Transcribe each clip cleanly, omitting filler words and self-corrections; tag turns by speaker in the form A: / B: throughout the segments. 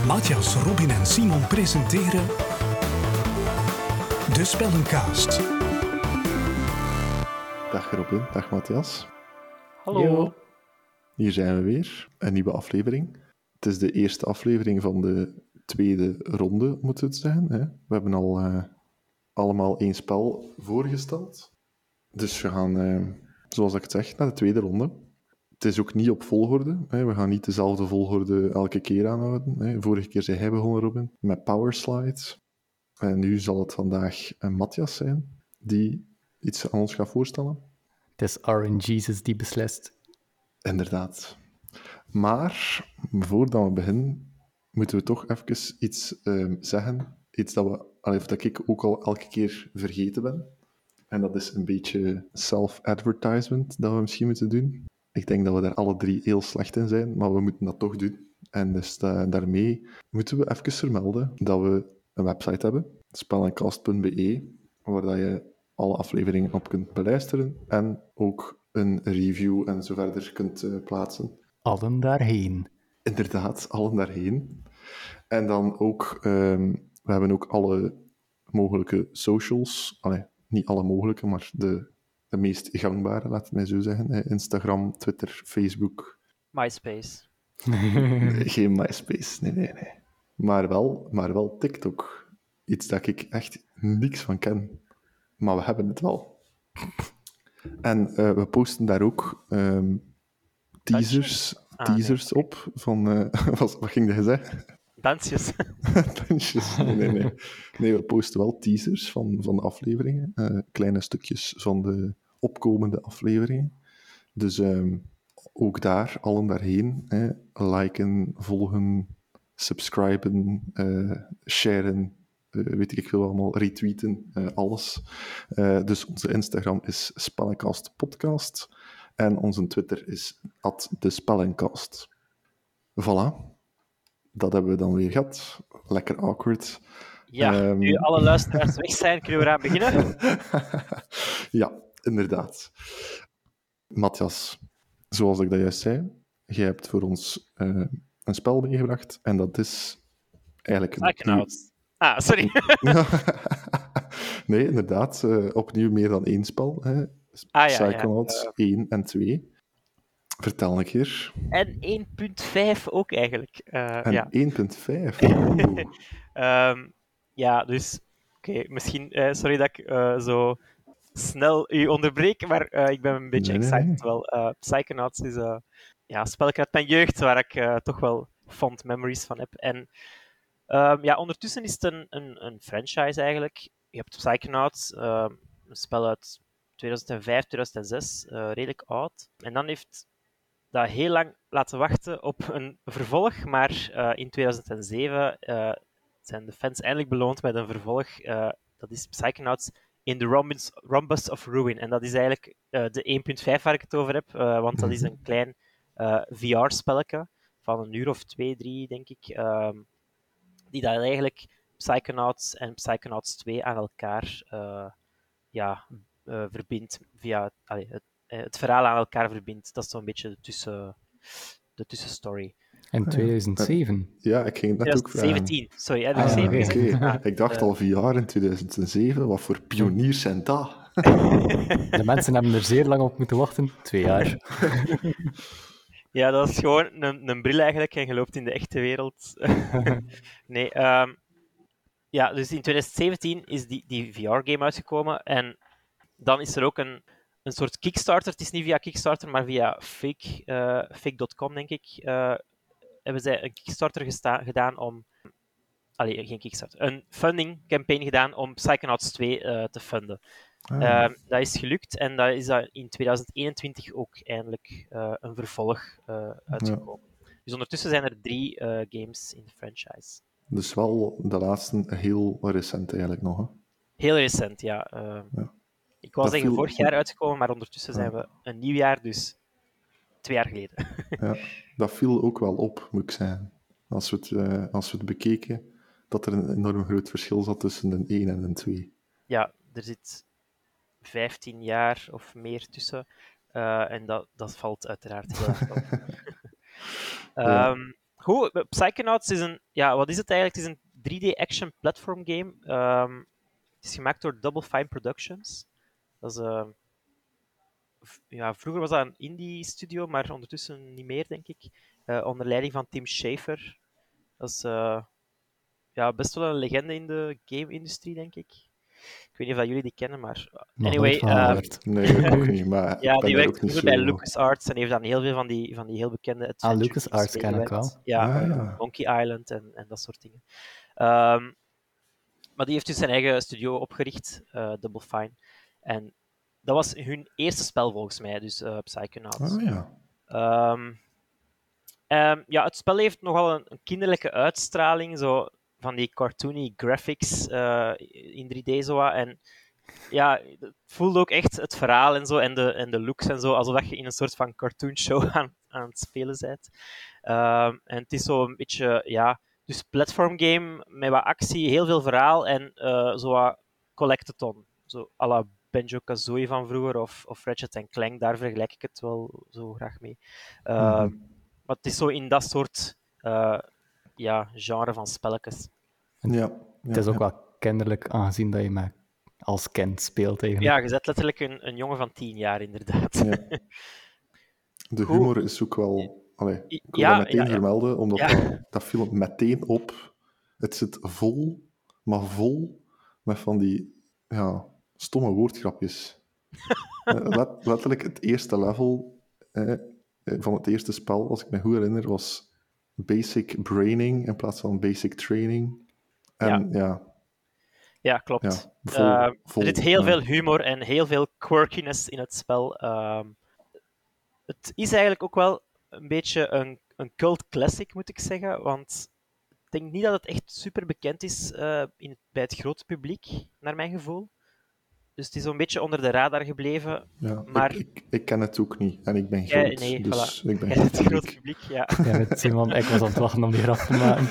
A: Matthias, Robin en Simon presenteren De Spellencast.
B: Dag Robin, dag Matthias.
C: Hallo.
B: Yo. Hier zijn we weer, een nieuwe aflevering. Het is de eerste aflevering van de tweede ronde, moeten we het zeggen. Hè? We hebben al allemaal één spel voorgesteld. Dus we gaan, zoals ik het zeg, naar de tweede ronde. Het is ook niet op volgorde. Hè? We gaan niet dezelfde volgorde elke keer aanhouden. Hè? Vorige keer zei hij begonnen, Robin, met Power Slides. En nu zal het vandaag Matthias zijn, die iets aan ons gaat voorstellen.
C: Het is RNGesus die beslist.
B: Inderdaad. Maar, voordat we beginnen, moeten we toch even iets zeggen. Iets dat ik ook al elke keer vergeten ben. En dat is een beetje self-advertisement dat we misschien moeten doen. Ik denk dat we daar alle drie heel slecht in zijn, maar we moeten dat toch doen. En dus daarmee moeten we even vermelden dat we een website hebben, spellencast.be, waar dat je alle afleveringen op kunt beluisteren en ook een review en zo verder kunt plaatsen.
C: Allen daarheen.
B: Inderdaad, allen daarheen. En dan ook, we hebben ook alle mogelijke socials. Niet alle mogelijke, maar de meest gangbare, laat het mij zo zeggen. Instagram, Twitter, Facebook.
D: MySpace.
B: Nee, geen MySpace, nee. Maar wel TikTok. Iets dat ik echt niks van ken. Maar we hebben het wel. En we posten daar ook teasers op van... wat ging je zeggen?
D: Dansjes.
B: Dansjes. Nee. Nee, we posten wel teasers van de afleveringen. Kleine stukjes van de opkomende afleveringen. Dus ook daar, allen daarheen. Liken, volgen, subscriben, sharen, weet ik veel allemaal, retweeten, alles. Dus onze Instagram is Spellencast en onze Twitter is @despellencast. Voilà. Dat hebben we dan weer gehad. Lekker awkward.
D: Ja, nu alle luisteraars weg zijn, kunnen we eraan beginnen.
B: Ja, inderdaad. Matthias, zoals ik dat juist zei, jij hebt voor ons een spel meegebracht en dat is eigenlijk...
D: Psychonauts. Sorry.
B: Nee, inderdaad. Opnieuw meer dan één spel. Hè. Psychonauts 1 en 2. Vertel een keer.
D: En 1.5 ook eigenlijk.
B: En 1.5.
D: Ja, dus... Oké, misschien... sorry dat ik zo snel u onderbreek, maar ik ben een beetje excited wel. Psychonauts is een spelletje uit mijn jeugd, waar ik toch wel fond memories van heb. En ondertussen is het een franchise eigenlijk. Je hebt Psychonauts, een spel uit 2005, 2006, redelijk oud. En dan heeft dat heel lang laten wachten op een vervolg, maar in 2007 zijn de fans eindelijk beloond met een vervolg. Dat is Psychonauts in the Rhombus of Ruin. En dat is eigenlijk de 1.5 waar ik het over heb, want dat is een klein VR-spelletje van een uur of 2, 3, denk ik, die dat eigenlijk Psychonauts en Psychonauts 2 aan elkaar verbindt via het verhaal aan elkaar verbindt. Dat is zo'n beetje de tussenstory.
C: In 2007?
B: Ja, ik ging het net ook vragen.
D: 2017, sorry. Hè, dus
B: Oké. Ik dacht al VR in 2007. Wat voor pioniers zijn dat?
C: De mensen hebben er zeer lang op moeten wachten. 2 jaar.
D: Ja, dat is gewoon een bril eigenlijk en je loopt in de echte wereld. Nee, dus in 2017 is die VR-game uitgekomen en dan is er ook een soort Kickstarter. Het is niet via Kickstarter, maar via fake.com, denk ik. Hebben zij een Kickstarter gedaan om... geen Kickstarter. Een funding campaign gedaan om Psychonauts 2 te funden. Dat is gelukt en dat is in 2021 ook eindelijk een vervolg uitgekomen. Ja. Dus ondertussen zijn er 3 games in de franchise.
B: Dus wel de laatste heel recent eigenlijk nog, hè?
D: Heel recent, ja. Ik wou zeggen vorig jaar uitgekomen, maar ondertussen zijn we een nieuw jaar, dus 2 jaar geleden.
B: Ja, dat viel ook wel op, moet ik zeggen. Als we het bekeken, dat er een enorm groot verschil zat tussen de 1 en de 2.
D: Ja, er zit 15 jaar of meer tussen. En dat valt uiteraard heel erg op. Goed, Psychonauts is een... Ja, wat is het eigenlijk? Het is een 3D action platform game. Het is gemaakt door Double Fine Productions. Dat is... ja, vroeger was dat een indie studio, maar ondertussen niet meer, denk ik. Onder leiding van Tim Schafer. Dat is ja, best wel een legende in de game-industrie, denk ik. Ik weet niet of dat jullie die kennen, maar...
C: Nog
D: Anyway,
C: nooit van gehoord.
B: Nee, ook niet, maar
D: ja,
B: ik ben
D: die
B: daar
D: werkt
B: ook niet
D: vroeger
B: zo...
D: bij LucasArts en heeft dan heel veel van die heel bekende adventure
C: LucasArts
D: games
C: ken ik
D: meegewerkt.
C: wel.
D: Ja,
B: Ah, ja.
D: Monkey Island en dat soort dingen. Ehm, maar die heeft dus zijn eigen studio opgericht, Double Fine. En dat was hun eerste spel volgens mij, dus Psychonauts.
B: Ah ja.
D: Ehm, ja, het spel heeft nogal een kinderlijke uitstraling, zo van die cartoony graphics in 3D zo wat. En ja, het voelde ook echt het verhaal en zo, en de looks en zo, alsof dat je in een soort van cartoonshow aan het spelen bent. En het is zo een beetje, ja, dus platform game met wat actie, heel veel verhaal en zo wat collectathon. Zo à la Banjo-Kazooie van vroeger of Ratchet Clank, daar vergelijk ik het wel zo graag mee. Maar het is zo in dat soort ja, genre van spelletjes.
B: Ja.
C: Het is ook wel kinderlijk, aangezien dat je maar als kind speelt eigenlijk.
D: Ja, je zet letterlijk een jongen van 10 jaar, inderdaad.
B: Ja. De
D: Goed.
B: humor is ook wel... Allee, ik wil
D: Ja,
B: dat meteen
D: ja.
B: vermelden, omdat
D: Ja.
B: dat viel meteen op. Het zit vol, maar vol met van die stomme woordgrapjes. Letterlijk het eerste level van het eerste spel, als ik me goed herinner, was basic braining in plaats van basic training. En
D: Ja, klopt.
B: vol,
D: Er zit heel
B: ja.
D: veel humor en heel veel quirkiness in het spel. Het is eigenlijk ook wel een beetje een cult classic, moet ik zeggen. Want ik denk niet dat het echt super bekend is bij het grote publiek, naar mijn gevoel. Dus het is zo'n beetje onder de radar gebleven.
B: Ja,
D: Maar
B: ik ken het ook niet en ik ben groot,
D: nee,
B: dus
D: voilà.
B: ik ben
D: Jij
B: geen
D: bent het grote
B: publiek.
D: publiek, ja.
C: Ja, met Simon, ik was aan het wachten om die grap te maken.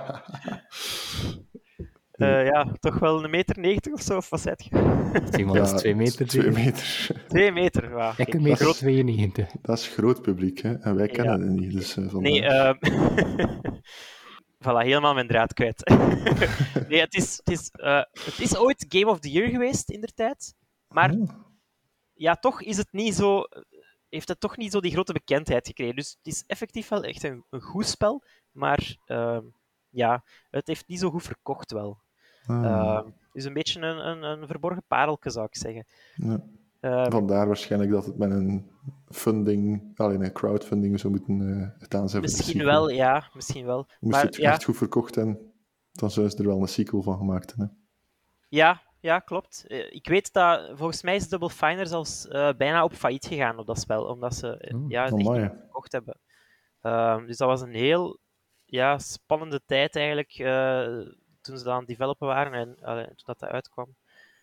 D: Ja, toch wel 1,90 meter of zo, of wat zei je?
C: Simon is 2 meter.
B: 2
C: zeker?
B: meter.
D: 2 meter, ja.
C: Ik een
B: Dat
C: meter
B: is-
C: 92.
B: Dat is groot publiek, hè? En wij kennen het niet, dus vandaar.
D: Nee, voilà, helemaal mijn draad kwijt. Nee, het is ooit Game of the Year geweest in der tijd. Maar ja, toch is het niet zo, heeft het toch niet zo die grote bekendheid gekregen. Dus het is effectief wel echt een goed spel. Maar ja, het heeft niet zo goed verkocht wel. Het is een beetje een verborgen pareltje, zou ik zeggen.
B: Ja.
D: Ehm,
B: Vandaar waarschijnlijk dat het met een funding, alleen een crowdfunding zou moeten gedaan zijn. voor de
D: misschien
B: sequel.
D: wel, ja, misschien wel.
B: Moest
D: Maar
B: het
D: ja,
B: echt goed verkocht en dan zouden ze er wel een sequel van gemaakt hebben.
D: ja, klopt. Ik weet dat, volgens mij is Double Fine zelfs bijna op failliet gegaan op dat spel, omdat ze het echt
B: amai.
D: niet verkocht hebben. Dus dat was een heel spannende tijd eigenlijk, toen ze dat aan het developen waren en toen dat uitkwam.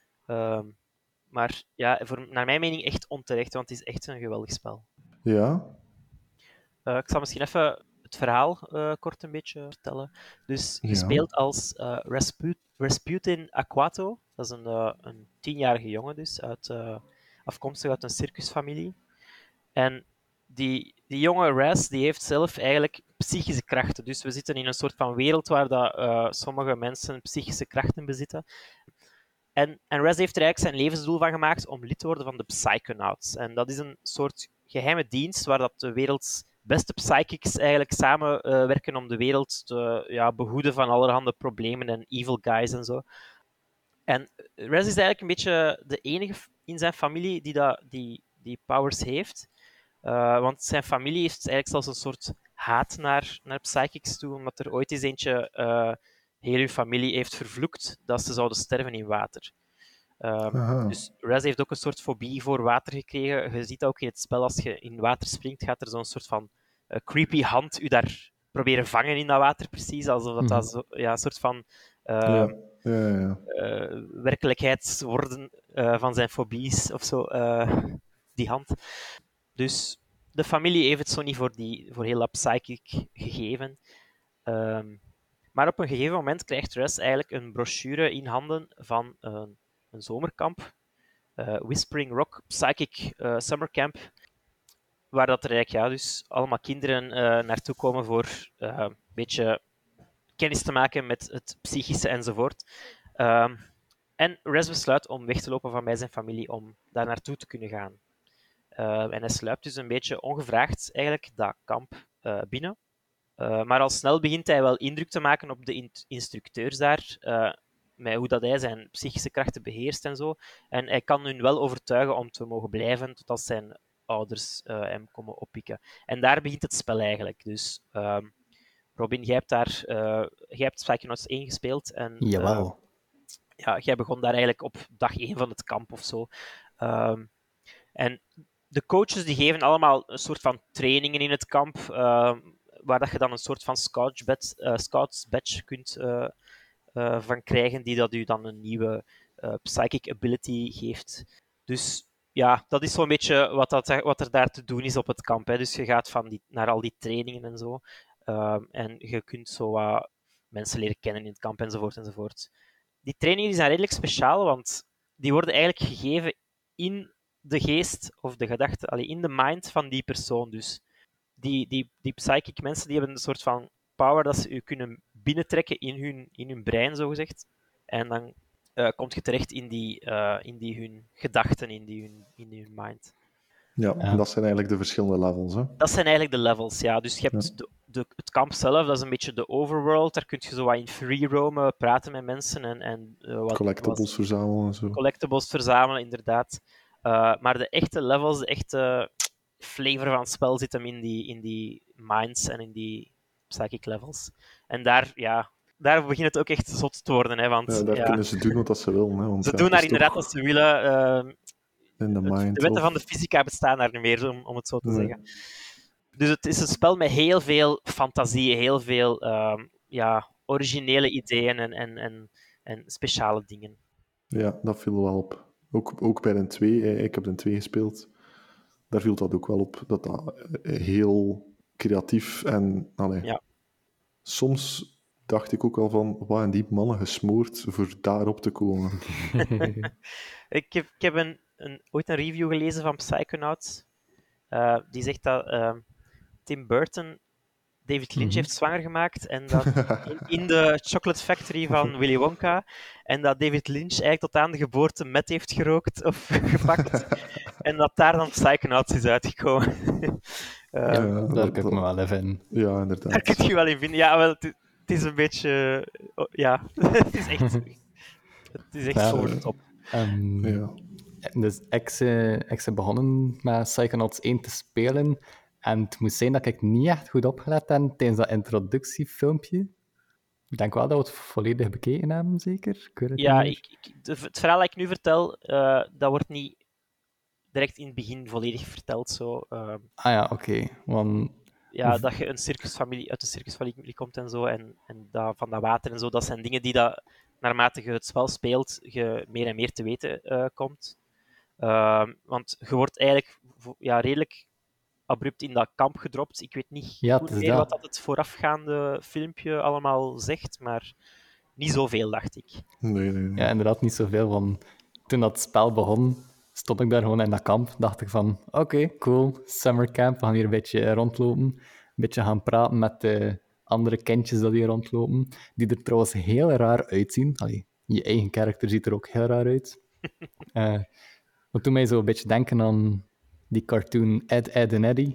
D: Maar ja, naar mijn mening echt onterecht, want het is echt een geweldig spel.
B: Ja,
D: Ik zal misschien even het verhaal kort een beetje vertellen. Dus je
B: Ja.
D: speelt als Rasputin Aquato. Dat is een 10-jarige jongen dus, afkomstig uit een circusfamilie. En die jonge Ras die heeft zelf eigenlijk psychische krachten. Dus we zitten in een soort van wereld waar sommige mensen psychische krachten bezitten. En Raz heeft er eigenlijk zijn levensdoel van gemaakt om lid te worden van de Psychonauts. En dat is een soort geheime dienst waar dat de werelds beste psychics eigenlijk samenwerken om de wereld te behoeden van allerhande problemen en evil guys en zo. En Raz is eigenlijk een beetje de enige in zijn familie die powers heeft. Want zijn familie heeft eigenlijk zelfs een soort haat naar psychics toe, omdat er ooit eens eentje heel hun familie heeft vervloekt dat ze zouden sterven in water.
B: aha.
D: Dus Raz heeft ook een soort fobie voor water gekregen. Je ziet dat ook in het spel, als je in water springt, gaat er zo'n soort van creepy hand u daar proberen vangen in dat water, precies. Alsof dat zo, een soort van
B: Ja.
D: werkelijkheid worden van zijn fobies of zo, die hand. Dus de familie heeft het zo niet voor heel dat psychic gegeven. Maar op een gegeven moment krijgt Raz eigenlijk een brochure in handen van een zomerkamp. Whispering Rock Psychic Summer Camp. waar dat er eigenlijk dus allemaal kinderen naartoe komen voor een beetje kennis te maken met het psychische enzovoort. En Rez besluit om weg te lopen van bij zijn familie om daar naartoe te kunnen gaan. En hij sluipt dus een beetje ongevraagd eigenlijk dat kamp binnen. Maar al snel begint hij wel indruk te maken op de instructeurs daar, met hoe dat hij zijn psychische krachten beheerst en zo. En hij kan hun wel overtuigen om te mogen blijven totdat zijn ouders hem komen oppikken. En daar begint het spel eigenlijk. Dus Robin, jij hebt Psychonauts 1 gespeeld. En,
C: Jawel.
D: ja, jij begon daar eigenlijk op dag 1 van het kamp of zo. En de coaches die geven allemaal een soort van trainingen in het kamp, waar dat je dan een soort van scouts badge kunt van krijgen, die dat u dan een nieuwe psychic ability geeft. Dus ja, dat is zo'n beetje wat er daar te doen is op het kamp. Hè. Dus je gaat naar al die trainingen en zo. En je kunt zo wat mensen leren kennen in het kamp enzovoort enzovoort. Die trainingen die zijn redelijk speciaal, want die worden eigenlijk gegeven in de geest of de gedachte, in de mind van die persoon. Dus die psychic mensen die hebben een soort van power dat ze u kunnen binnentrekken in hun brein, zogezegd. En dan kom je terecht in die hun gedachten, in hun mind.
B: Ja, en dat zijn eigenlijk de verschillende levels. Hè?
D: Dat zijn eigenlijk de levels, ja. Dus je hebt het kamp zelf, dat is een beetje de overworld. Daar kun je zo wat in free roamen, praten met mensen en
B: collectibles verzamelen en zo.
D: Collectibles verzamelen, inderdaad. Maar de echte levels, de echte flavor van het spel zit hem in die minds en in die psychic levels. En daar begint het ook echt zot te worden. Hè, want,
B: daar kunnen ze doen wat ze willen. Hè, want,
D: ze doen daar inderdaad wat ze willen.
B: In de mind,
D: de wetten van de fysica bestaan daar niet meer, om het zo te zeggen. Dus het is een spel met heel veel fantasie, heel veel originele ideeën en speciale dingen.
B: Ja, dat viel wel op. Ook bij de 2, ik heb de 2 gespeeld, daar viel dat ook wel op, dat heel creatief en... Soms dacht ik ook al van, wat hebben die mannen gesmoord voor daarop te komen?
D: Ik heb ooit een review gelezen van Psychonauts. Die zegt dat Tim Burton David Lynch heeft zwanger gemaakt en dat in de Chocolate Factory van Willy Wonka en dat David Lynch eigenlijk tot aan de geboorte meth heeft gerookt of gepakt en dat daar dan Psychonauts is uitgekomen.
C: Daar kan ik me wel even in.
B: Ja, inderdaad.
D: Daar kun je wel in vinden. Ja, wel, het is een beetje... het is echt over de top.
C: Dus ik ben begonnen met Psychonauts 1 te spelen. En het moest zijn dat ik niet echt goed opgelet heb tijdens dat introductiefilmpje. Ik denk wel dat we het volledig bekeken hebben, zeker?
D: Het verhaal dat ik nu vertel, dat wordt niet direct in het begin volledig verteld. Zo.
C: Oké. Want...
D: Ja, dat je uit de circusfamilie komt en zo, en van dat water en zo, dat zijn dingen die dat, naarmate je het spel speelt, je meer en meer te weten komt. Want je wordt eigenlijk redelijk abrupt in dat kamp gedropt. Ik weet niet goed meer wat dat het voorafgaande filmpje allemaal zegt, maar niet zoveel, dacht ik.
B: Nee.
C: Ja, inderdaad niet zoveel, want toen dat spel begon, stond ik daar gewoon in dat kamp. Dacht ik van, oké, cool, summercamp, we gaan hier een beetje rondlopen. Een beetje gaan praten met de andere kindjes die hier rondlopen. Die er trouwens heel raar uitzien. Je eigen karakter ziet er ook heel raar uit. Dat doet mij zo een beetje denken aan die cartoon Ed, Edd en Eddy.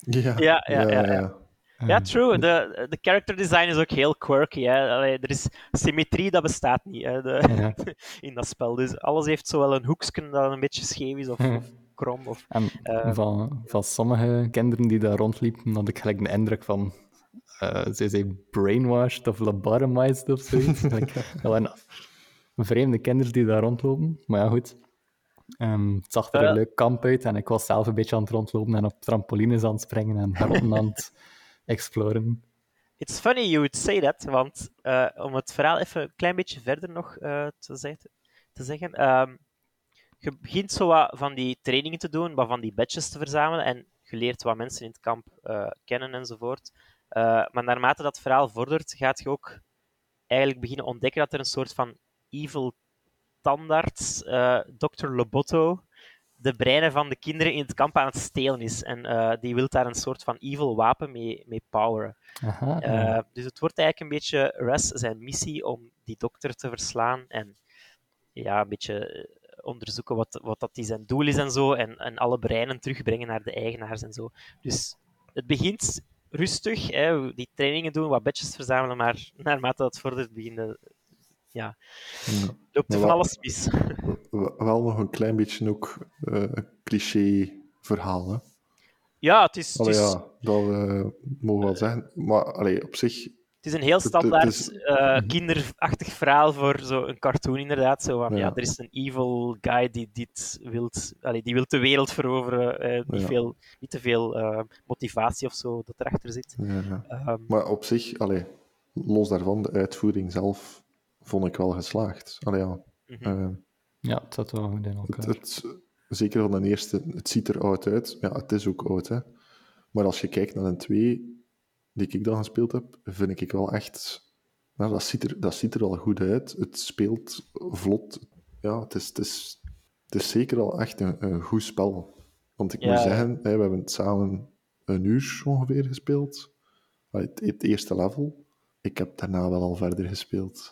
D: Ja, true. De character design is ook heel quirky. Hè. Er is symmetrie, dat bestaat niet in dat spel. Dus alles heeft zo wel een hoekje dat een beetje scheef is of krom.
C: En van sommige kinderen die daar rondliepen, had ik gelijk de indruk van... ze zijn brainwashed of lobotomized of zoiets. Dat waren vreemde kinderen die daar rondlopen. Maar ja, goed. Het zag er een leuk kamp uit en ik was zelf een beetje aan het rondlopen en op trampolines aan het springen en grotten aan het exploren.
D: It's funny you would say that, want om het verhaal even een klein beetje verder nog te zeggen. Je begint zo wat van die trainingen te doen, wat van die badges te verzamelen en je leert wat mensen in het kamp kennen enzovoort. Maar naarmate dat verhaal vordert, gaat je ook eigenlijk beginnen ontdekken dat er een soort van evil tandarts, Dr. Loboto, de breinen van de kinderen in het kamp aan het stelen is. En die wil daar een soort van evil wapen mee poweren.
C: Aha.
D: Dus het wordt eigenlijk een beetje Russ zijn missie om die dokter te verslaan en ja, een beetje onderzoeken wat dat die zijn doel is en zo, en alle breinen terugbrengen naar de eigenaars en zo. Dus het begint rustig, hè, die trainingen doen, wat badges verzamelen, maar naarmate dat vordert,
B: Ja.
D: loopt er
B: Maar
D: van alles mis.
B: Wel nog een klein beetje ook cliché verhaal, hè.
D: Ja, het is,
B: Allee, ja, dat mogen we wel zeggen. Maar allee, op zich,
D: het is een heel
B: het
D: standaard
B: is-
D: kinderachtig verhaal voor zo'n cartoon, inderdaad. Zo van,
B: Ja.
D: ja, er is een evil guy die die wil de wereld veroveren. Niet te veel motivatie of zo dat erachter zit.
B: ja.
D: Ehm,
B: Maar op zich, allee, los daarvan, de uitvoering zelf vond ik wel geslaagd. Allee, ja.
D: mhm.
C: Ja, het zat wel goed in elkaar.
B: Zeker van de eerste, het ziet er oud uit. Ja, het is ook oud, hè. Maar als je kijkt naar de 2 die ik dan gespeeld heb, vind ik wel echt... Nou, dat ziet er al goed uit. Het speelt vlot. Ja, het is zeker al echt een goed spel. Want ik
D: Ja,
B: moet
D: ja.
B: zeggen, hè, we hebben het samen 1 uur ongeveer gespeeld. Het eerste level. Ik heb daarna wel al verder gespeeld.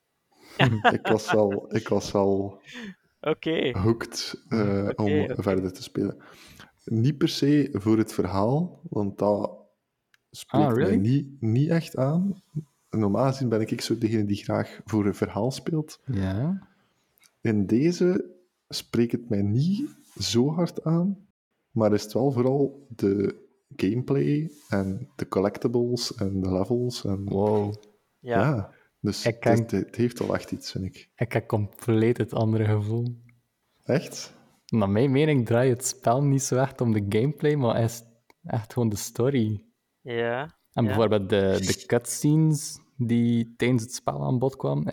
B: Ik was al
D: Oké.
B: hooked
D: Oké,
B: om
D: oké.
B: verder te spelen. Niet per se voor het verhaal, want dat spreekt
C: really?
B: mij niet echt aan. Normaal gezien ben ik zo degene die graag voor een verhaal speelt.
C: Ja.
B: In deze spreekt het mij niet zo hard aan, maar is het wel vooral de gameplay en de collectibles en de levels. En,
C: Wow.
D: Ja.
B: Dus het heeft wel echt iets, vind ik.
C: Ik heb compleet het andere gevoel.
B: Echt?
C: Naar mijn mening draait het spel niet zo echt om de gameplay, maar is echt gewoon de story.
D: Ja.
C: En
D: Ja.
C: bijvoorbeeld de cutscenes die tijdens het spel aan bod kwamen,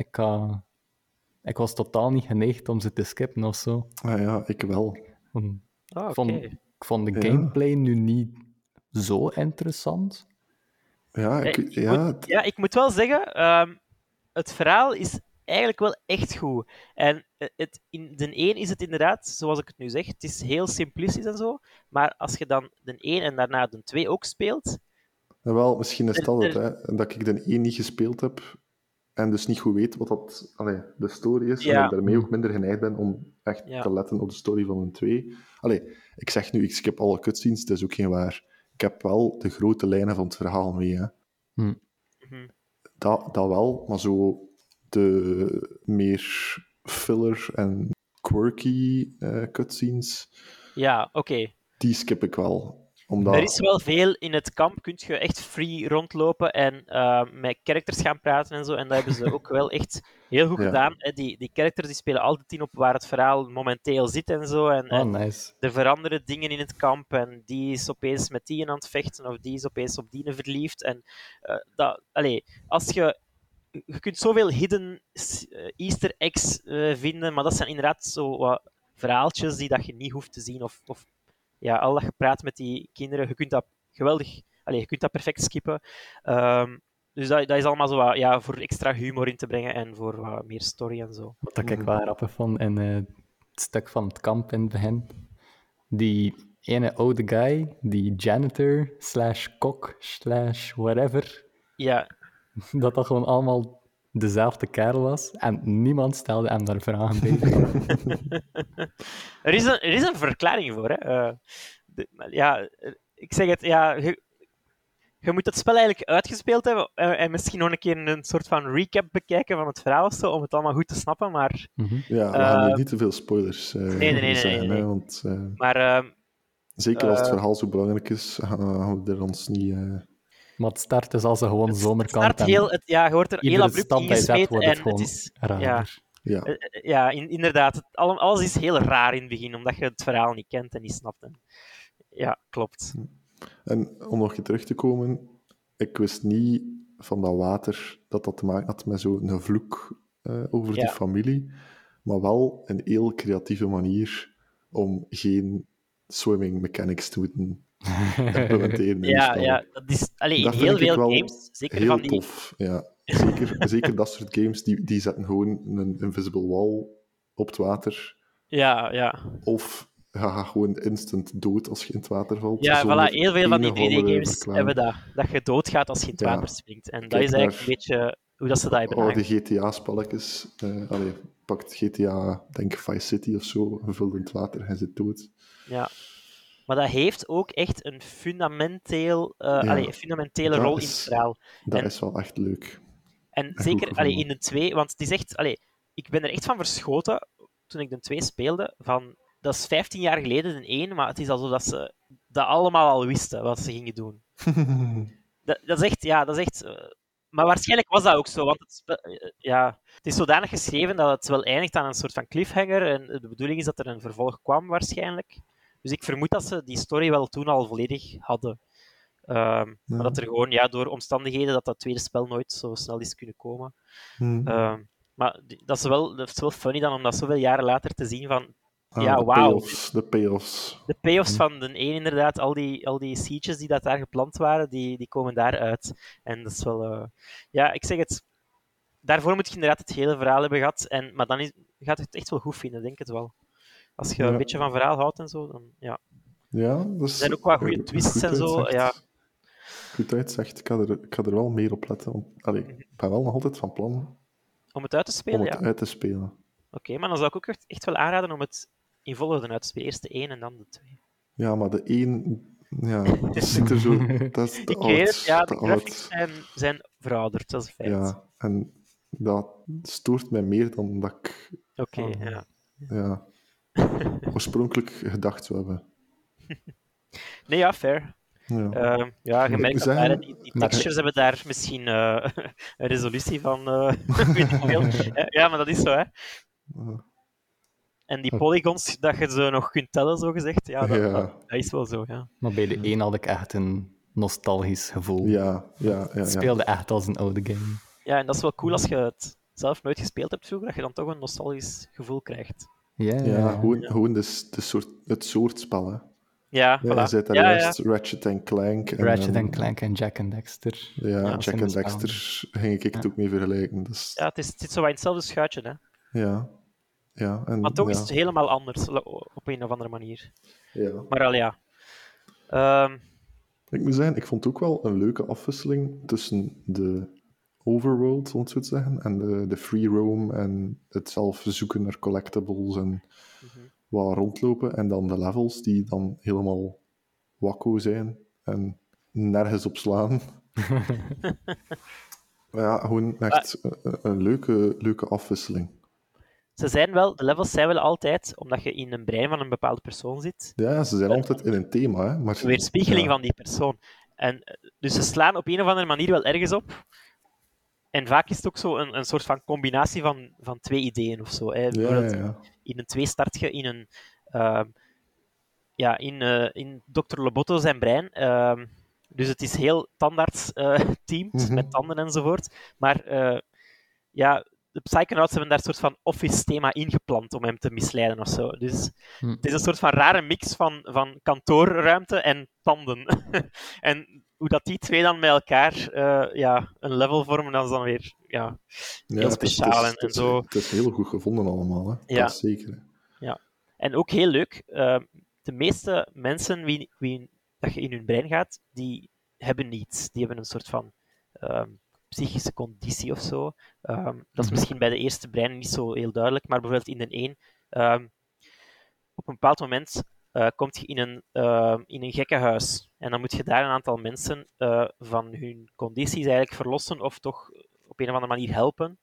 C: ik was totaal niet geneigd om ze te skippen of zo.
B: Ah ja, ik wel.
C: Want
D: Ah,
C: ik
D: oké.
C: vond de
B: Ja.
C: gameplay nu niet zo interessant.
B: Ja,
D: Ik moet wel zeggen, het verhaal is eigenlijk wel echt goed. En in de 1 is het inderdaad, zoals ik het nu zeg, het is heel simplistisch en zo. Maar als je dan de 1 en daarna de 2 ook speelt,
B: wel, misschien is dat het, hè, dat ik de 1 niet gespeeld heb en dus niet goed weet wat de story is. En
D: Ja.
B: dat ik daarmee ook minder geneigd ben om echt
D: Ja.
B: te letten op de story van een 2. Ik zeg nu, ik skip alle cutscenes, het is ook geen waar. Ik heb wel de grote lijnen van het verhaal mee. Hè.
C: Hm.
D: Mhm.
B: Dat wel, maar zo de meer filler en quirky cutscenes,
D: Ja, oké.
B: die skip ik wel. Omdat...
D: Er is wel veel in het kamp, kun je echt free rondlopen en met characters gaan praten en zo. En dat hebben ze ook wel echt heel goed
B: Ja.
D: gedaan. Hè. Die characters die spelen altijd in op waar het verhaal momenteel zit en zo. En
C: Oh, nice.
D: er veranderen dingen in het kamp en die is opeens met die aan het vechten of die is opeens op die verliefd. En als je kunt zoveel hidden easter eggs vinden, maar dat zijn inderdaad zo wat verhaaltjes die dat je niet hoeft te zien of ja, al dat gepraat met die kinderen, je kunt dat geweldig, je kunt dat perfect skippen. Dus dat is allemaal zo wat, ja, voor extra humor in te brengen en voor wat meer story en zo.
C: Wat ik wel grappig vond in het stuk van het kamp in het begin. Die ene oude guy, die janitor / kok / whatever,
D: Ja,
C: dat gewoon allemaal dezelfde kerel was en niemand stelde hem daar vragen bij.
D: er is een verklaring voor. Hè. Ik zeg het, ja, je moet het spel eigenlijk uitgespeeld hebben en misschien nog een keer een soort van recap bekijken van het verhaal of zo, om het allemaal goed te snappen, maar...
B: Ja, we gaan hier niet te veel spoilers zeggen,
D: nee.
B: hè, want
D: Maar
B: zeker als het verhaal zo belangrijk is, gaan we er ons niet...
C: Maar het start dus als een gewoon zomerkamp.
D: start heel, je wordt er heel
C: iedere
D: abrupt
C: stap dat je zet,
D: ingesmeten
C: wordt het
D: en
C: gewoon
D: het is...
C: raar.
B: Ja,
D: Inderdaad. Alles is heel raar in het begin, omdat je het verhaal niet kent en niet snapt. Ja, klopt.
B: en om nog een keer terug te komen, ik wist niet van dat water dat te maken had met zo'n vloek over die
D: Ja.
B: familie, maar wel een heel creatieve manier om geen swimming mechanics te moeten implementeren in je spel.
D: Ja, dat is in
B: Dat
D: heel
B: vind ik
D: veel
B: wel
D: games, zeker
B: heel
D: van die...
B: tof, ja. Zeker dat soort games, die zetten gewoon een invisible wall op het water.
D: Ja.
B: Of ga gewoon instant dood als je in het water valt.
D: Ja,
B: zonder
D: voilà, heel veel van die
B: enige andere
D: 3D-games
B: verklaring.
D: hebben dat. Dat je doodgaat als je in het
B: Ja.
D: water springt. En dat
B: Kijk
D: is eigenlijk
B: naar-
D: een beetje hoe dat ze dat hebben
B: Oude
D: aangepakt.
B: GTA-spelletjes. Pakt GTA, denk Vice City of zo, gevuld in het water en zit dood.
D: Ja. Maar dat heeft ook echt een fundamentele
B: Dat
D: rol in
B: is-
D: het verhaal.
B: Dat
D: En-
B: is wel echt leuk.
D: En
B: goed
D: zeker
B: gevonden.
D: in de 2, want het is echt... ik ben er echt van verschoten toen ik de 2 speelde. Dat is 15 jaar geleden de 1, maar het is alsof dat ze dat allemaal al wisten wat ze gingen doen. Dat is echt... Ja, dat is echt... maar waarschijnlijk was dat ook zo, want het is zodanig geschreven dat het wel eindigt aan een soort van cliffhanger. En de bedoeling is dat er een vervolg kwam, waarschijnlijk. Dus ik vermoed dat ze die story wel toen al volledig hadden. Maar dat er gewoon door omstandigheden dat tweede spel nooit zo snel is kunnen komen. Maar dat is wel funny dan om dat zoveel jaren later te zien van...
B: De
D: wauw.
B: payoffs.
D: De payoffs van de 1 inderdaad, al die sieges die daar gepland waren, die komen daaruit. En dat is wel... ik zeg het... Daarvoor moet je inderdaad het hele verhaal hebben gehad. Maar dan gaat het echt wel goed vinden, denk het wel. Als je een beetje van verhaal houdt en zo, dan ja.
B: Ja, dat is...
D: Er zijn ook wat goede twists en zo, ja.
B: Goed uitzicht. Ik ga er wel meer op letten. Want, ik ben wel nog altijd van plan
D: Om het uit te spelen,
B: om het uit te spelen.
D: Oké, maar dan zou ik ook echt wel aanraden om het in volgorde uit te spelen. Eerst de 1 en dan de 2.
B: Ja, maar de 1... Ja, dat ziet er zo... Dat is te
D: Ik
B: oud.
D: weet het, ja, de
B: te
D: graphics
B: oud.
D: zijn verouderd, dat is een feit.
B: Ja, en dat stoort mij meer dan dat ik
D: Oké, ja.
B: oorspronkelijk gedacht zou hebben.
D: Nee, ja, fair.
B: Ja.
D: Je merkt dat
B: zeggen,
D: beide die textures hebben daar misschien een resolutie van, weet ik veel. Ja, maar dat is zo, hè. En die polygons, dat je ze nog kunt tellen, zo gezegd, dat is wel zo, ja.
C: Maar bij de 1 had ik echt een nostalgisch gevoel.
B: Ja.
C: Het speelde echt als een oude game.
D: Ja, en dat is wel cool als je het zelf nooit gespeeld hebt vroeger, dat je dan toch een nostalgisch gevoel krijgt.
B: Gewoon het soort spel, hè.
D: Ja, voilà.
B: Je zei daar juist Ratchet Clank.
C: Ratchet Clank en Jak and Dexter.
B: Ja, Jak and Dexter ging ik het ook mee vergelijken. Dus...
D: Ja, het zit zo in hetzelfde schuitje, hè.
B: Ja.
D: Maar toch is het helemaal anders, op een of andere manier.
B: Ja.
D: Maar al ja.
B: Ik moet zeggen, ik vond het ook wel een leuke afwisseling tussen de overworld, om het zo te zeggen, en de free roam en het zelf zoeken naar collectibles en wat rondlopen. En dan de levels die dan helemaal wakko zijn en nergens op slaan. Ja, gewoon echt een leuke afwisseling.
D: De levels zijn wel altijd, omdat je in een brein van een bepaalde persoon zit.
B: Ja, ze zijn altijd in een thema, hè. Maar
D: een weerspiegeling van die persoon. En dus ze slaan op een of andere manier wel ergens op. En vaak is het ook zo een soort van combinatie van twee ideeën of zo. Hè. In een 2 start je in Dr. Loboto zijn brein. Dus het is heel tandarts-teamed, met tanden enzovoort. Maar de Psychonauts hebben daar een soort van office-thema ingeplant om hem te misleiden of zo. Dus het is een soort van rare mix van kantoorruimte en tanden. En hoe dat die twee dan met elkaar een level vormen, dat is dan weer heel speciaal en zo.
B: Het is heel goed gevonden allemaal, hè.
D: Ja.
B: Dat is zeker. Hè.
D: Ja. En ook heel leuk, de meeste mensen wie dat je in hun brein gaat, die hebben niets. Die hebben een soort van psychische conditie of zo. Dat is misschien bij de eerste brein niet zo heel duidelijk, maar bijvoorbeeld in de 1, op een bepaald moment kom je in een gekkenhuis. En dan moet je daar een aantal mensen van hun condities eigenlijk verlossen of toch op een of andere manier helpen.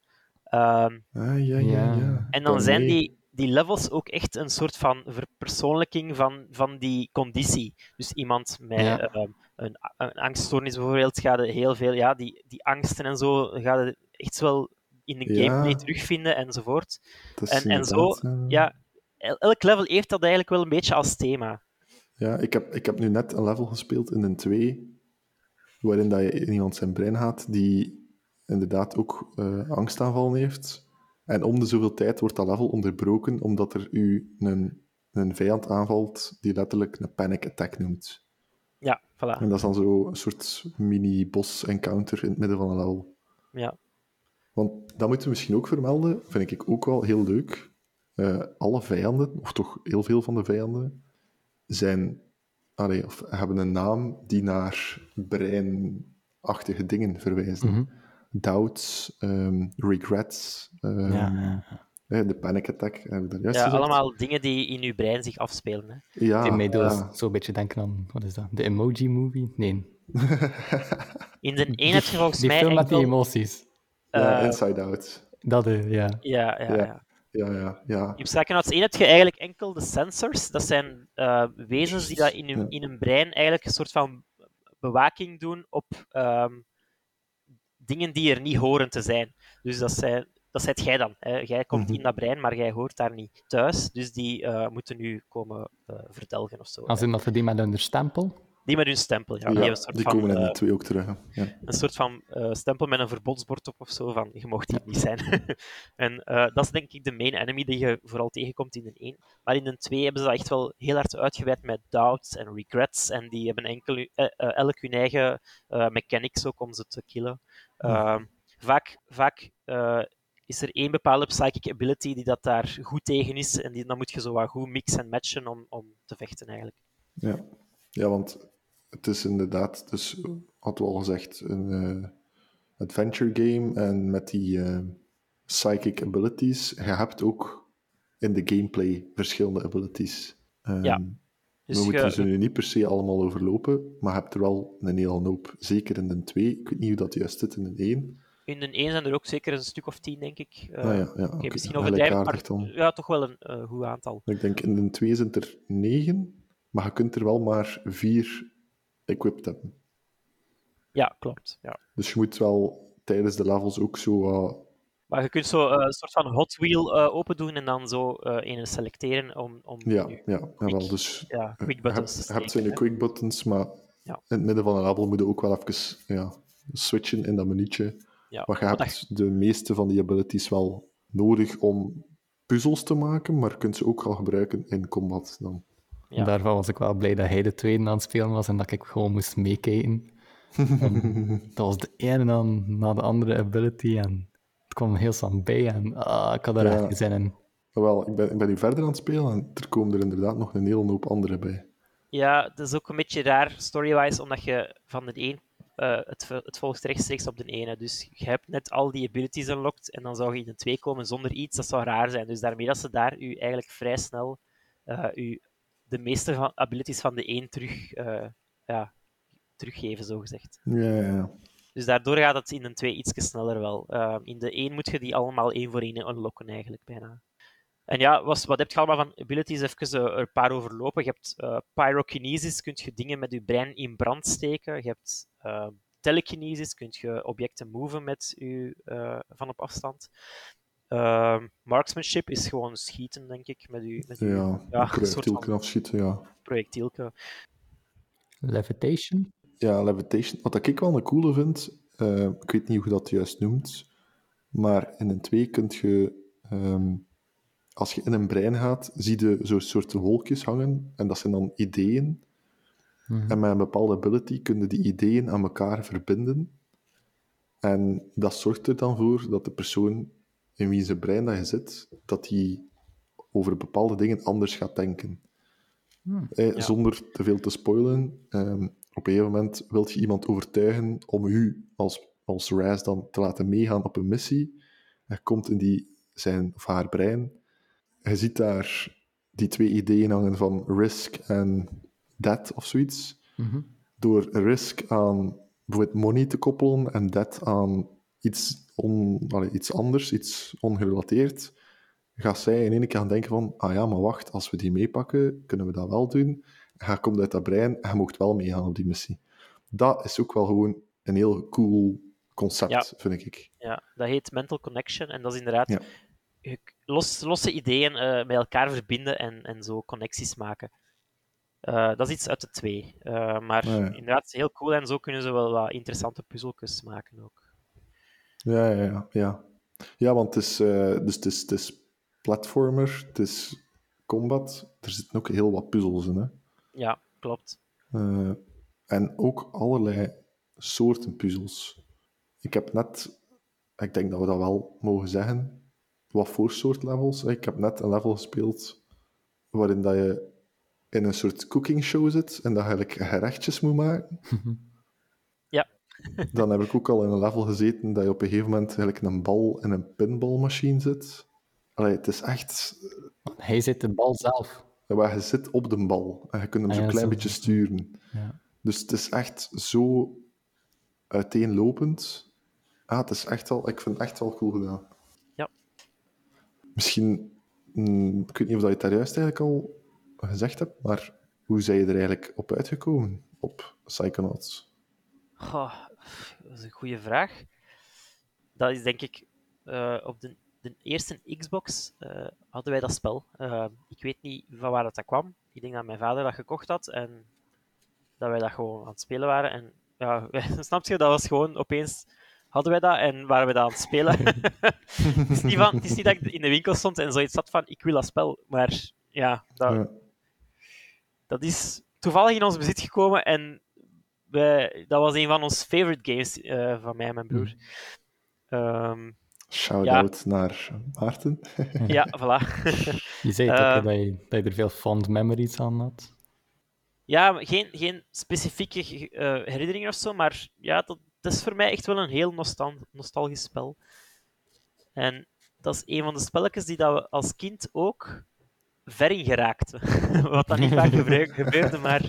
D: En dan zijn die levels ook echt een soort van verpersoonlijking van die conditie. Dus iemand met een angststoornis bijvoorbeeld gaat heel veel, die angsten en zo, gaat het echt wel in de gameplay terugvinden enzovoort. En zo, elk level heeft dat eigenlijk wel een beetje als thema.
B: Ja, ik heb nu net een level gespeeld in een 2, waarin dat je in iemand zijn brein gaat, die inderdaad ook angstaanvallen heeft. En om de zoveel tijd wordt dat level onderbroken, omdat er u een vijand aanvalt die letterlijk een panic attack noemt.
D: Ja, voilà.
B: En dat is dan zo een soort mini-boss-encounter in het midden van een level.
D: Ja.
B: Want dat moeten we misschien ook vermelden, vind ik ook wel heel leuk. alle vijanden, of toch heel veel van de vijanden, zijn, of hebben een naam die naar breinachtige dingen verwijzen. Doubts, regrets, de panic attack, heb ik dat juist
D: Ja,
B: gezegd?
D: allemaal dingen die in je brein zich afspelen. Hè.
C: Die mij doet
B: Ja.
C: zo'n beetje denken aan, wat is dat? De Emoji Movie? Nee.
D: In de 1 heb je volgens
C: Die
D: mij
C: film met die
D: enkel...
C: emoties.
B: Ja, Inside Out.
C: Dat is, ja.
D: Ja.
B: Ja.
D: In Psychonauts 1 heb je eigenlijk enkel de sensors. Dat zijn wezens die dat in hun brein eigenlijk een soort van bewaking doen op dingen die er niet horen te zijn. Dus dat zijt jij dan. Hè. Jij komt in dat brein, maar jij hoort daar niet thuis. Dus die moeten nu komen verdelgen of zo.
C: Als in dat we die met hun stempel.
D: Die met hun stempel, ja.
B: Ja,
D: Die hebben een soort
B: die
D: van,
B: komen in de 2 ook terug. Hè. Ja.
D: een soort van stempel met een verbodsbord op of zo, van je mocht hier niet zijn. En dat is denk ik de main enemy die je vooral tegenkomt in de 1. Maar in de 2 hebben ze dat echt wel heel hard uitgewerkt met doubts en regrets. En die hebben elk hun eigen mechanics ook om ze te killen. Vaak is er één bepaalde psychic ability die dat daar goed tegen is. En dan moet je zo wat goed mixen en matchen om te vechten eigenlijk.
B: Ja, want het is inderdaad, dus hadden we al gezegd, een adventure game. En met die psychic abilities, je hebt ook in de gameplay verschillende abilities.
D: Ja. Dus
B: we moeten ze nu niet per se allemaal overlopen, maar je hebt er wel een hele hoop. Zeker in de 2. Ik weet niet hoe dat juist zit in de 1.
D: In de 1 zijn er ook zeker een stuk of 10, denk ik.
B: Okay.
D: Misschien overdrijven, maar
B: dan.
D: ja, toch wel een goed aantal.
B: Ik denk in de 2 zijn er 9, maar je kunt er wel maar 4 equipped hebben.
D: Ja, klopt. Ja.
B: Dus je moet wel tijdens de levels ook zo...
D: Maar je kunt zo een soort van Hot Wheel open doen en dan zo een selecteren om
B: wel. Dus
D: quick buttons
B: je hebt zijn quick buttons, maar in het midden van een level moet je ook wel even switchen in dat menuutje.
D: Ja.
B: Maar je hebt de meeste van die abilities wel nodig om puzzels te maken, maar je kunt ze ook al gebruiken in combat dan.
C: Ja. Daarvan was ik wel blij dat hij de tweede aan het spelen was en dat ik gewoon moest meekijken. Dat was de ene na de andere ability en het kwam heel snel bij en ik had er echt geen zin in.
B: Wel, ik ben nu verder aan het spelen en er komen er inderdaad nog een hele hoop andere bij.
D: Ja, dat is ook een beetje raar story-wise, omdat je van de 1 het volgt rechtstreeks op de ene. Dus je hebt net al die abilities unlocked en dan zou je in de 2 komen zonder iets, dat zou raar zijn. Dus daarmee dat ze daar u eigenlijk vrij snel de meeste abilities van de 1 teruggeven, zogezegd.
B: Ja.
D: Dus daardoor gaat het in de 2 iets sneller wel. In de 1 moet je die allemaal 1 voor 1 unlocken eigenlijk, bijna. En ja, wat heb je allemaal van abilities? Even er een paar overlopen. Je hebt pyrokinesis, kun je dingen met je brein in brand steken. Je hebt telekinesis, kun je objecten moven met je van op afstand. Marksmanship is gewoon schieten, denk ik, met je
B: projectielken afschieten, ja.
D: Projectielken.
C: Levitation?
B: Ja, levitation. Wat ik wel een coole vind, ik weet niet hoe dat juist noemt, maar in een 2 kun je, als je in een brein gaat, zie je zo'n soort wolkjes hangen, en dat zijn dan ideeën. En met een bepaalde ability kun je die ideeën aan elkaar verbinden. En dat zorgt er dan voor dat de persoon in wie zijn brein dat je zit, dat die over bepaalde dingen anders gaat denken. Zonder te veel te spoilen, op een gegeven moment wil je iemand overtuigen om u als Raz dan te laten meegaan op een missie. Hij komt in zijn of haar brein. Je ziet daar die 2 ideeën hangen van risk en death of zoiets. Door risk aan bijvoorbeeld money te koppelen en death aan iets anders, iets ongerelateerd, gaat zij in één keer gaan denken van, maar wacht, als we die meepakken, kunnen we dat wel doen. En hij komt uit dat brein en hij mocht wel meegaan op die missie. Dat is ook wel gewoon een heel cool concept, vind ik.
D: Ja, dat heet mental connection en dat is inderdaad losse ideeën met elkaar verbinden en zo connecties maken. Dat is iets uit de 2. Maar inderdaad, heel cool en zo kunnen ze wel wat interessante puzzeltjes maken ook.
B: Ja, want het is platformer, het is combat, er zitten ook heel wat puzzels in, hè.
D: Ja, klopt.
B: En ook allerlei soorten puzzels. Ik heb net, ik denk dat we dat wel mogen zeggen, wat voor soort levels. Ik heb net een level gespeeld waarin dat je in een soort cooking show zit en dat je eigenlijk gerechtjes moet maken.
D: Ja.
B: Dan heb ik ook al in een level gezeten dat je op een gegeven moment eigenlijk een bal in een pinballmachine zit. Allee, het is echt...
C: Hij zit de bal zelf.
B: Waar je zit op de bal en je kunt hem
C: Ah,
B: zo'n
C: ja,
B: klein
C: zo.
B: beetje sturen.
C: Ja.
B: Dus het is echt zo uiteenlopend. Het is echt wel... Ik vind het echt wel cool gedaan.
D: Ja.
B: Misschien... ik weet niet of dat je het daar juist eigenlijk al gezegd hebt, maar hoe zijn je er eigenlijk op uitgekomen op Psychonauts?
D: Goh, dat is een goede vraag. Dat is denk ik op de eerste Xbox hadden wij dat spel. Ik weet niet van waar dat kwam. Ik denk dat mijn vader dat gekocht had en dat wij dat gewoon aan het spelen waren. En ja, snap je, dat was gewoon opeens hadden wij dat en waren we dat aan het spelen. Het is niet dat ik in de winkel stond en zoiets had van ik wil dat spel, maar ja, dat is toevallig in ons bezit gekomen en dat was een van onze favorite games van mij en mijn broer.
B: Shout-out naar Maarten.
D: Ja, voilà.
C: Je zei toch dat je er veel fond memories aan had?
D: Ja, geen specifieke herinneringen of zo, maar ja, dat is voor mij echt wel een heel nostalgisch spel. En dat is een van de spelletjes die dat we als kind ook ver in geraakten. Wat dan niet vaak gebeurde, maar...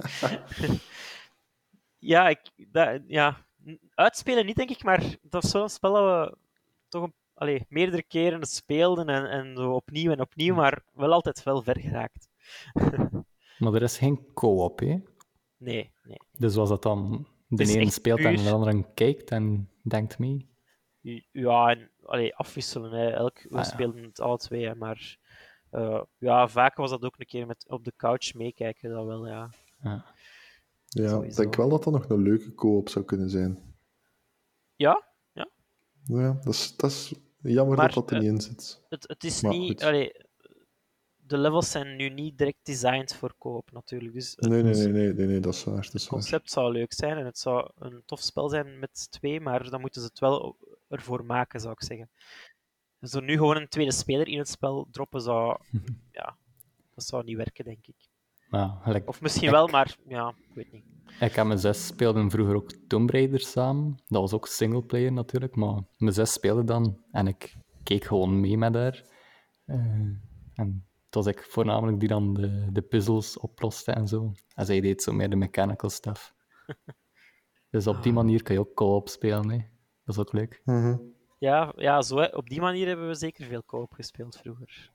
D: uitspelen niet, denk ik, maar dat is zo'n spel dat we toch meerdere keren speelden en zo opnieuw en opnieuw, maar wel altijd wel ver geraakt.
C: Maar er is geen co-op, hè?
D: Nee.
C: Dus was dat dan de
D: is
C: ene
D: echt
C: speelt en
D: puur-
C: de andere kijkt en denkt mee?
D: Ja, en afwisselen. Hè. We speelden het alle twee, hè, maar vaak was dat ook een keer op de couch meekijken, dat wel, ja.
B: Ja, ik denk wel dat dat nog een leuke co-op zou kunnen zijn.
D: Ja?
B: Ja, dat is jammer
D: Maar,
B: dat er niet in zit.
D: Het is
B: Maar
D: niet...
B: goed.
D: De levels zijn nu niet direct designed voor co-op, natuurlijk. Dus
B: Nee, dat is waar.
D: het concept zou leuk zijn en het zou een tof spel zijn met 2, maar dan moeten ze het wel ervoor maken, zou ik zeggen. Dus er nu gewoon een tweede speler in het spel droppen dat zou niet werken, denk ik. Of misschien wel, maar ja, ik weet niet.
C: Ik en mijn zus speelden vroeger ook Tomb Raider samen. Dat was ook singleplayer natuurlijk, maar mijn zus speelde dan en ik keek gewoon mee met haar. En het was ik voornamelijk die dan de puzzels oploste en zo. En zij deed zo meer de mechanical stuff. Dus op die manier kan je ook co-op spelen, hè. Dat is ook leuk.
D: Ja, zo, op die manier hebben we zeker veel co-op gespeeld vroeger.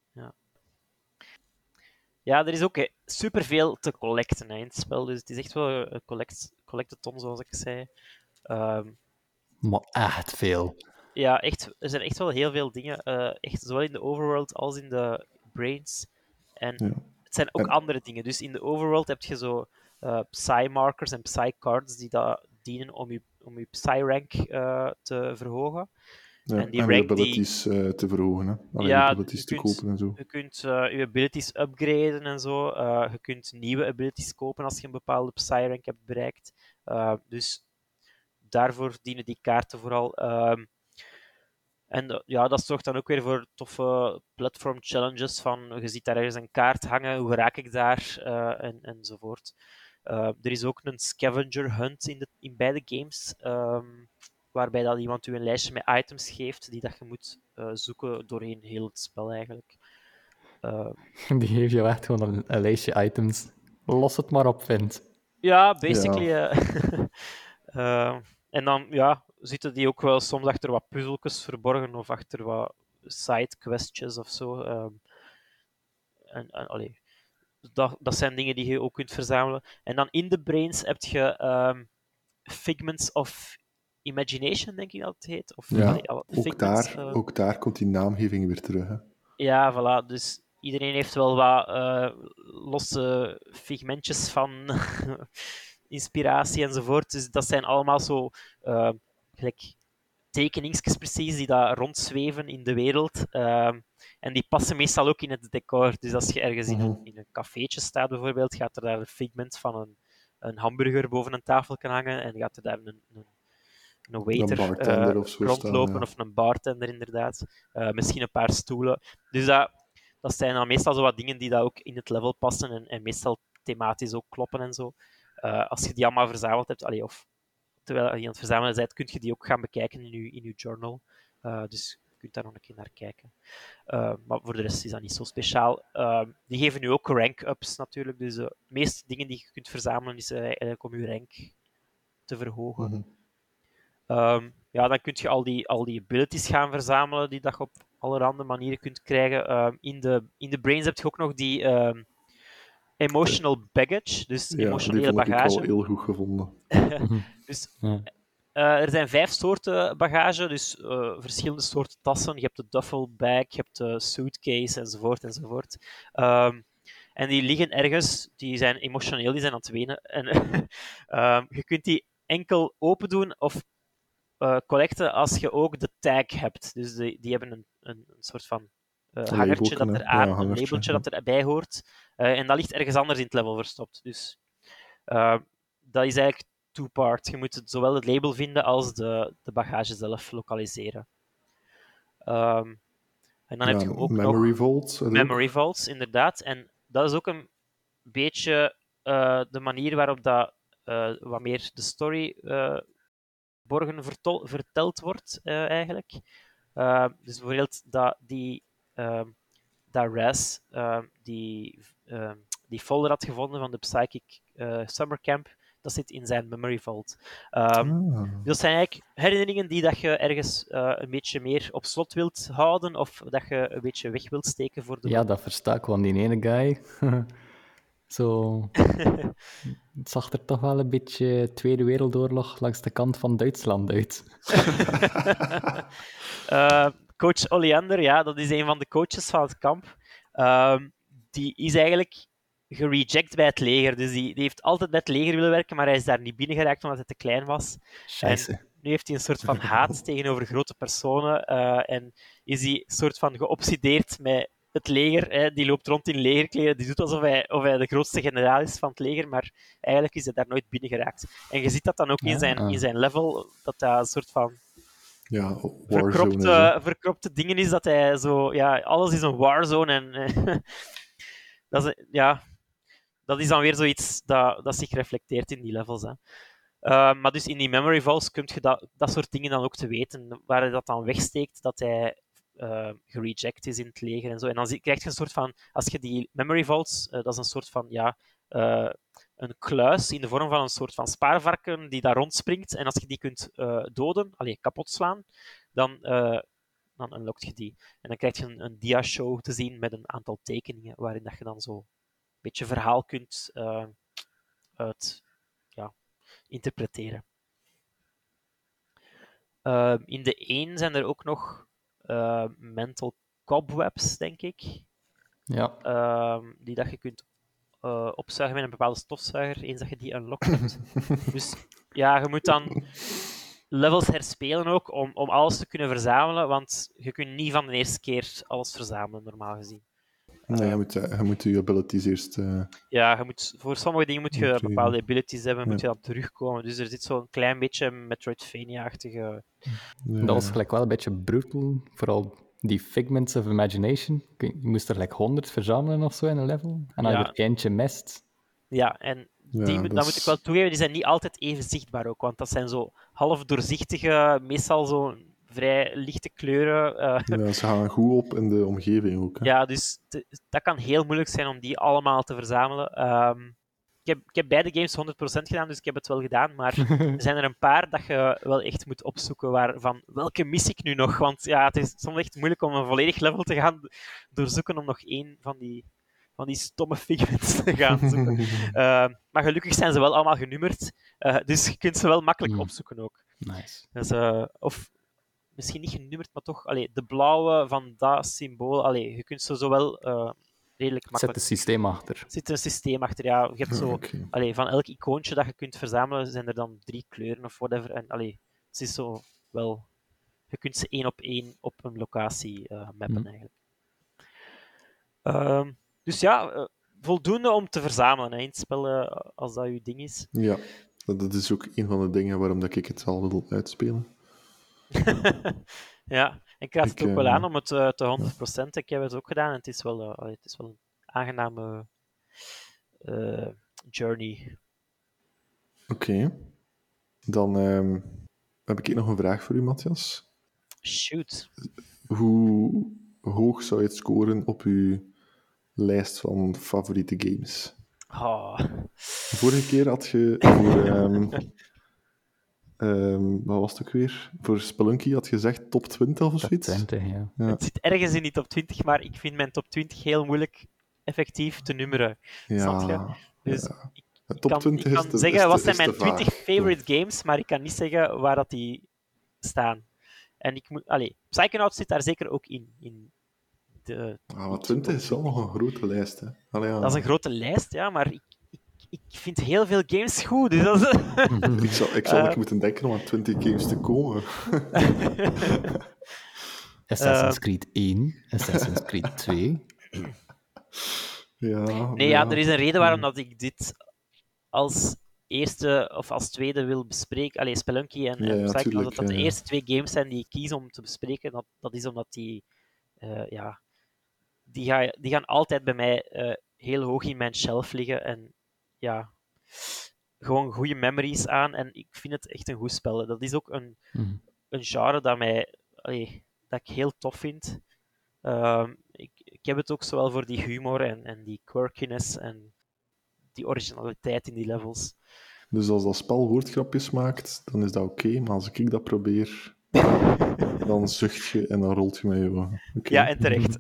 D: Ja, er is ook superveel te collecten in het spel, dus het is echt wel een collectathon, zoals ik zei.
C: Maar echt veel.
D: Ja, echt, er zijn echt wel heel veel dingen, echt zowel in de overworld als in de brains. En het zijn ook andere dingen. Dus in de overworld heb je zo Psy-markers en Psy-cards die dienen om je Psy-rank te verhogen.
B: Ja,
D: en die
B: en
D: rank
B: abilities te verhogen. Hè? Abilities te kopen en zo.
D: Je kunt je abilities upgraden en zo. Je kunt nieuwe abilities kopen als je een bepaalde Psy-rank hebt bereikt. Dus daarvoor dienen die kaarten vooral. En dat zorgt dan ook weer voor toffe platform challenges van je ziet daar ergens een kaart hangen, hoe raak ik daar, enzovoort. Er is ook een scavenger hunt in beide games, waarbij dat iemand u een lijstje met items geeft die dat je moet zoeken doorheen heel het spel eigenlijk.
C: Die geeft je echt gewoon een lijstje items. Los het maar op, Vint.
D: Ja, basically. En dan zitten die ook wel soms achter wat puzzeltjes verborgen of achter wat side-questjes of zo. Dat zijn dingen die je ook kunt verzamelen. En dan in de brains heb je Figments of Imagination, denk ik dat het heet. Of,
B: ook daar komt die naamgeving weer terug. Hè?
D: Ja, voilà. Dus iedereen heeft wel wat losse figmentjes van inspiratie enzovoort. Dus dat zijn allemaal zo gelijk tekeningsjes precies die daar rondzweven in de wereld. En die passen meestal ook in het decor. Dus als je ergens in een cafeetje staat bijvoorbeeld, gaat er daar een figment van een hamburger boven een tafel hangen en gaat er daar een een waiter
B: bartender of zo
D: rondlopen,
B: staan, ja.
D: of een bartender inderdaad. Misschien een paar stoelen. Dus dat zijn dan meestal zo wat dingen die dat ook in het level passen en meestal thematisch ook kloppen en zo. Als je die allemaal verzameld hebt, of terwijl je aan het verzamelen bent, kun je die ook gaan bekijken in je journal. Dus je kunt daar nog een keer naar kijken. Maar voor de rest is dat niet zo speciaal. Die geven nu ook rank-ups natuurlijk. Dus de meeste dingen die je kunt verzamelen is eigenlijk om je rank te verhogen. Dan kun je al die abilities gaan verzamelen die dat je op allerhande manieren kunt krijgen. In de brains heb je ook nog die emotional baggage, dus
B: Ja, die
D: emotionele
B: vond ik
D: bagage.
B: wel heel goed gevonden.
D: Dus
C: Ja.
D: er zijn 5 soorten bagage, dus verschillende soorten tassen. Je hebt de duffelbag, je hebt de suitcase, enzovoort, enzovoort. En die liggen ergens, die zijn emotioneel, die zijn aan het wenen. En je kunt die enkel open doen of collecten als je ook de tag hebt. Dus die hebben een soort van hangertje dat eraan, een labeltje dat erbij hoort. En dat ligt ergens anders in het level verstopt. Dus dat is eigenlijk two-part. Je moet zowel het label vinden als de bagage zelf lokaliseren. En dan heb je ook
B: Memory
D: nog
B: Vaults.
D: Memory Vaults, inderdaad. En dat is ook een beetje de manier waarop dat wat meer de story borgen verteld wordt, eigenlijk. Dus bijvoorbeeld dat Raz die folder had gevonden van de Psychic Summer Camp, dat zit in zijn Memory Vault. Dat zijn eigenlijk herinneringen die dat je ergens een beetje meer op slot wilt houden, of dat je een beetje weg wilt steken voor de...
C: Ja, dat versta ik, want die ene guy... Zo... Het zag er toch wel een beetje Tweede Wereldoorlog langs de kant van Duitsland uit.
D: Coach Oleander, ja, dat is een van de coaches van het kamp. Die is eigenlijk gereject bij het leger. Dus die heeft altijd bij het leger willen werken, maar hij is daar niet binnen geraakt omdat hij te klein was.
C: Scheisse.
D: En nu heeft hij een soort van haat tegenover grote personen en is hij een soort van geobsedeerd met het leger. Hè. Die loopt rond in legerkleren, die doet alsof hij de grootste generaal is van het leger, maar eigenlijk is hij daar nooit binnen geraakt. En je ziet dat dan ook in zijn level, dat dat een soort van verkropte dingen is, dat hij zo... Ja, alles is een warzone en... dat is dan weer zoiets dat zich reflecteert in die levels. Hè. Maar dus in die memory vaults kun je dat soort dingen dan ook te weten, waar hij dat dan wegsteekt, dat hij gereject is in het leger en zo. En dan krijg je een soort van... Als je die memory vaults... dat is een soort van... een kluis in de vorm van een soort van spaarvarken die daar rondspringt. En als je die kunt doden, kapot slaan, dan unlockt je die. En dan krijg je een dia-show te zien met een aantal tekeningen, waarin dat je dan zo een beetje verhaal kunt interpreteren. In de 1 zijn er ook nog mental cobwebs, denk ik.
C: Ja.
D: Die dat je kunt opzuigen met een bepaalde stofzuiger, eens dat je die unlocked hebt. Dus ja, je moet dan levels herspelen ook, om alles te kunnen verzamelen, want je kunt niet van de eerste keer alles verzamelen, normaal gezien.
B: Nee, je moet je abilities eerst...
D: voor sommige dingen moet je bepaalde abilities hebben, moet je dan terugkomen. Dus er zit zo'n klein beetje Metroidvania-achtige...
C: Dat was gelijk wel een beetje brutal, vooral die Figments of Imagination. Je moest er gelijk 100 verzamelen of zo in een level, en dan je er eentje mist.
D: Ja, en dat moet ik wel toegeven, die zijn niet altijd even zichtbaar ook, want dat zijn zo half doorzichtige, meestal zo vrij lichte kleuren.
B: Ze gaan goed op in de omgeving ook. Hè?
D: Ja, dus dat kan heel moeilijk zijn om die allemaal te verzamelen. Ik heb beide games 100% gedaan, dus ik heb het wel gedaan, maar er zijn er een paar dat je wel echt moet opzoeken van welke mis ik nu nog, want ja, het is soms echt moeilijk om een volledig level te gaan doorzoeken om nog één van die stomme figments te gaan zoeken. Maar gelukkig zijn ze wel allemaal genummerd, dus je kunt ze wel makkelijk opzoeken ook.
C: Nice.
D: Dus, of misschien niet genummerd, maar toch de blauwe van dat symbool. Je kunt ze zo wel redelijk makkelijk...
C: Zit een systeem achter.
D: Zit een systeem achter, ja. Je hebt zo... van elk icoontje dat je kunt verzamelen, zijn er dan 3 kleuren of whatever. En het is zo wel... Je kunt ze 1 op 1 op een locatie mappen, eigenlijk. Dus ja, voldoende om te verzamelen in het spel, als dat je ding is.
B: Ja. Dat is ook een van de dingen waarom dat ik het al wil uitspelen.
D: Ja, ik raad het
B: Ik,
D: ook wel aan om het te 100%. Ik heb het ook gedaan en het is wel een aangename journey.
B: Oké. Dan heb ik hier nog een vraag voor u, Matthias.
D: Shoot.
B: Hoe hoog zou je het scoren op uw lijst van favoriete games?
D: Oh.
B: Vorige keer had je voor... wat was het ook weer? Voor Spelunky had je gezegd top 20 of
C: Top
B: zoiets.
C: 20, ja.
B: Ja.
D: Het zit ergens in die top 20, maar ik vind mijn top 20 heel moeilijk effectief te nummeren. Snap je?
B: Ja,
D: Dus
B: ja.
D: ik
B: Top 20
D: kan
B: is te,
D: zeggen,
B: is
D: wat
B: te,
D: zijn
B: is te
D: mijn 20
B: vaag.
D: favorite games, maar ik kan niet zeggen waar dat die staan. En ik moet... Allee, Psychonauts zit daar zeker ook in de...
B: Maar 20 is wel nog een grote lijst, hè. Allee, ja.
D: Dat is een grote lijst, ja, maar ik vind heel veel games goed. Dus dat is...
B: Ik zal ook moeten denken om aan 20 games te komen.
C: Assassin's Creed 1, Assassin's Creed 2.
B: Ja,
D: Nee, ja, er is een reden waarom dat ik dit als eerste of als tweede wil bespreken. Allee, Spelunky en Psychonauts,
B: tuurlijk,
D: dat de
B: ja.
D: eerste twee games zijn die ik kies om te bespreken. Dat is omdat die gaan altijd bij mij heel hoog in mijn shelf liggen. En ja, gewoon goede memories aan. En ik vind het echt een goed spel. Dat is ook een genre dat ik heel tof vind. Ik heb het ook zowel voor die humor en die quirkiness en die originaliteit in die levels.
B: Dus als dat spel woordgrapjes maakt, dan is dat oké. Maar als ik dat probeer, dan zucht je en dan rolt je met je ogen. Oké.
D: Ja, en terecht.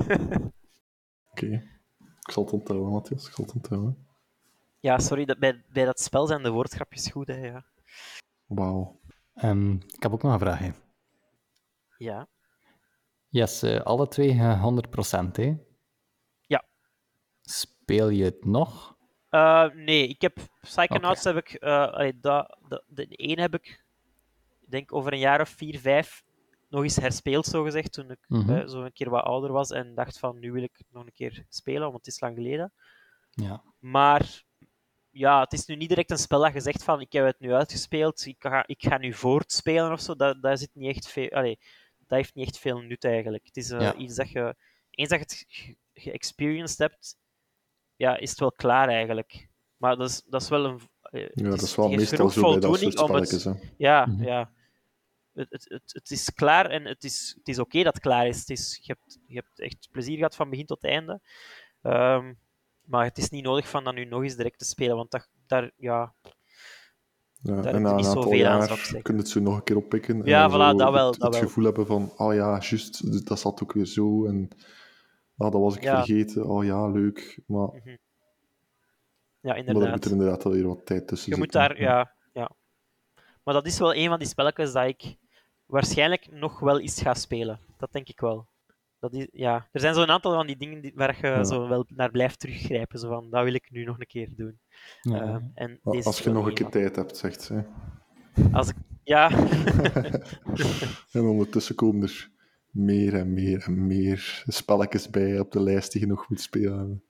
B: Oké. Ik zal het onthouden, Matthias. Ik zal het onthouden.
D: Ja, sorry, bij dat spel zijn de woordgrapjes goed, hè, ja.
B: Wauw.
C: Ik heb ook nog een vraagje.
D: Ja.
C: Yes, alle twee 100%, hè?
D: Ja.
C: Speel je het nog?
D: Nee, ik heb Psychonauts heb ik... de één heb ik, denk over een jaar of 4, 5 nog eens herspeeld, zogezegd, toen ik zo een keer wat ouder was en dacht van, nu wil ik nog een keer spelen, want het is lang geleden.
C: Ja.
D: Maar ja, het is nu niet direct een spel dat je zegt van, ik heb het nu uitgespeeld, ik ga nu voortspelen of zo. Dat zit niet echt veel... dat heeft niet echt veel nut eigenlijk. Het is iets dat je... Eens dat je het geëxperienced hebt, ja, is het wel klaar eigenlijk. Maar dat is wel een...
B: Ja, dat is wel
D: het geeft
B: meestal
D: genoeg
B: zo bij dat soort
D: voldoening om
B: spelletjes. Hè.
D: Ja, ja. Het is klaar en het is oké dat het klaar is. Je hebt echt plezier gehad van begin tot einde. Maar het is niet nodig van dat nu nog eens direct te spelen, want daar
B: Ja,
D: heb
B: en
D: je
B: na
D: niet
B: een aantal
D: zoveel aan, zou ik
B: jaar
D: zeggen.
B: kun je het zo nog een keer oppikken.
D: Ja,
B: en dan
D: voilà,
B: zo
D: dat wel.
B: Het gevoel hebben van, oh ja, juist, dat zat ook weer zo. En dat was ik vergeten. Oh ja, leuk. Maar,
D: Ja,
B: maar
D: inderdaad.
B: er moet er inderdaad wel weer wat tijd tussen
D: Je moet
B: zitten.
D: daar, ja. Maar dat is wel een van die spelletjes dat ik waarschijnlijk nog wel eens ga spelen. Dat denk ik wel. Er zijn zo'n aantal van die dingen waar je zo wel naar blijft teruggrijpen. Zo van, dat wil ik nu nog een keer doen.
C: Ja.
D: En
B: Maar
D: deze
B: als
D: is
B: je
D: wel
B: nog een
D: een
B: keer
D: van.
B: tijd hebt, zegt ze.
D: Als ik... Ja.
B: En ondertussen komen er meer en meer en meer spelletjes bij op de lijst die je nog moet spelen.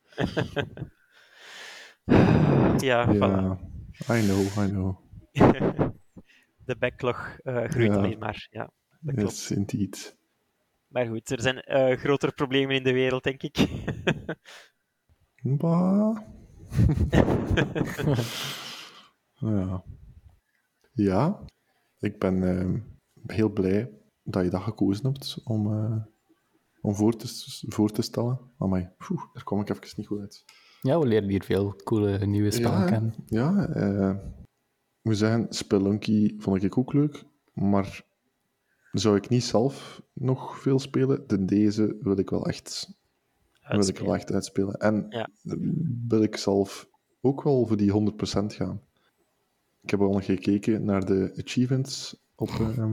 D: Ja, voilà.
B: Ja, I know.
D: De backlog groeit alleen maar. Ja, dat klopt.
B: Yes, indeed.
D: Maar goed, er zijn grotere problemen in de wereld, denk ik.
B: Bah. Ja. Ja, ik ben heel blij dat je dat gekozen hebt om voor te stellen. Amai, daar kom ik even niet goed uit.
C: Ja, we leren hier veel coole nieuwe spellen kennen.
B: Ja, ik moet zeggen, Spelunky vond ik ook leuk, maar zou ik niet zelf nog veel spelen? Deze wil ik wel echt uitspelen. En wil ik zelf ook wel voor die 100% gaan. Ik heb al nog gekeken naar de achievements op